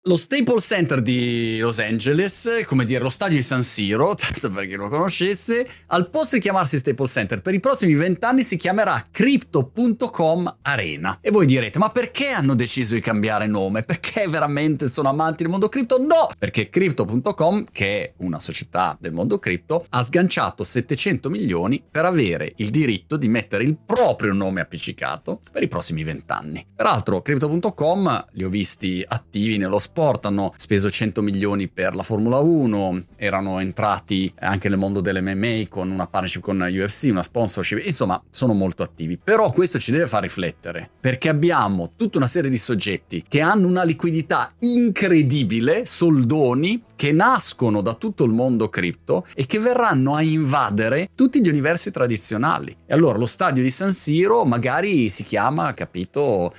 Lo Staples Center di Los Angeles, come dire lo stadio di San Siro, tanto per chi lo conoscesse, al posto di chiamarsi Staples Center, per i prossimi 20 anni si chiamerà Crypto.com Arena. E voi direte, ma perché hanno deciso di cambiare nome? Perché veramente sono amanti del mondo cripto? No! Perché Crypto.com, che è una società del mondo cripto, ha sganciato 700 milioni per avere il diritto di mettere il proprio nome appiccicato per i prossimi 20 anni. Peraltro, Crypto.com li ho visti attivi nello sport, hanno speso 100 milioni per la Formula 1, erano entrati anche nel mondo dell'MMA con una partnership con UFC, una sponsorship, insomma sono molto attivi. Però questo ci deve far riflettere, perché abbiamo tutta una serie di soggetti che hanno una liquidità incredibile, soldoni, che nascono da tutto il mondo cripto e che verranno a invadere tutti gli universi tradizionali. E allora lo stadio di San Siro magari si chiama, capito,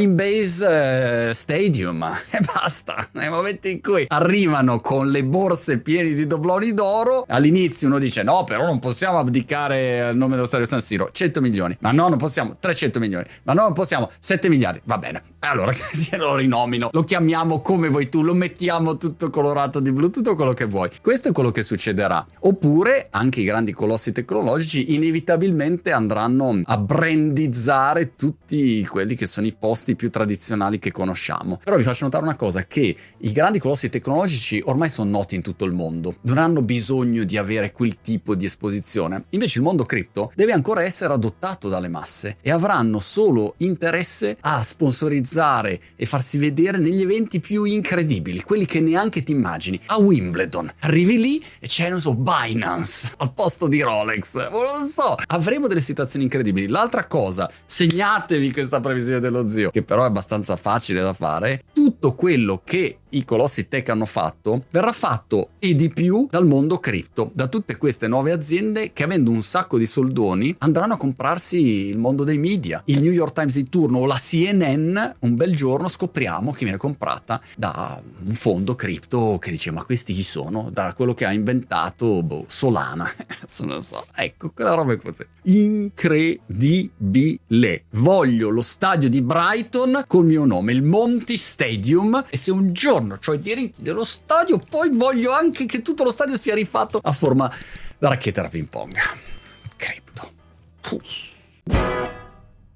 Coinbase Stadium, e basta. Nel momento in cui arrivano con le borse piene di dobloni d'oro, all'inizio uno dice no, però non possiamo abdicare al nome dello stadio San Siro, 100 milioni, ma no, non possiamo, 300 milioni, ma no, non possiamo, 7 miliardi, va bene, allora lo rinomino, lo chiamiamo come vuoi tu, lo mettiamo tutto colorato di blu, tutto quello che vuoi. Questo è quello che succederà. Oppure anche i grandi colossi tecnologici inevitabilmente andranno a brandizzare tutti quelli che sono i posti più tradizionali che conosciamo. Però vi faccio notare una cosa, che i grandi colossi tecnologici ormai sono noti in tutto il mondo, non hanno bisogno di avere quel tipo di esposizione. Invece il mondo cripto deve ancora essere adottato dalle masse e avranno solo interesse a sponsorizzare e farsi vedere negli eventi più incredibili, quelli che neanche ti immagini. A Wimbledon arrivi lì e c'è, non so, Binance al posto di Rolex, non so, avremo delle situazioni incredibili. L'altra cosa, segnatevi questa previsione dello zio, che però è abbastanza facile da fare: tutto quello che i colossi tech hanno fatto verrà fatto e di più dal mondo cripto, da tutte queste nuove aziende che, avendo un sacco di soldoni, andranno a comprarsi il mondo dei media. Il New York Times di turno o la CNN un bel giorno scopriamo che viene comprata da un fondo cripto che dice ma questi chi sono? Da quello che ha inventato Solana, non lo so, ecco, quella roba è così incredibile. Voglio lo stadio di Brighton col mio nome, il Monty Stadium, e se un giorno ho i diritti dello stadio, poi voglio anche che tutto lo stadio sia rifatto a forma da racchetta da ping pong. Cripto.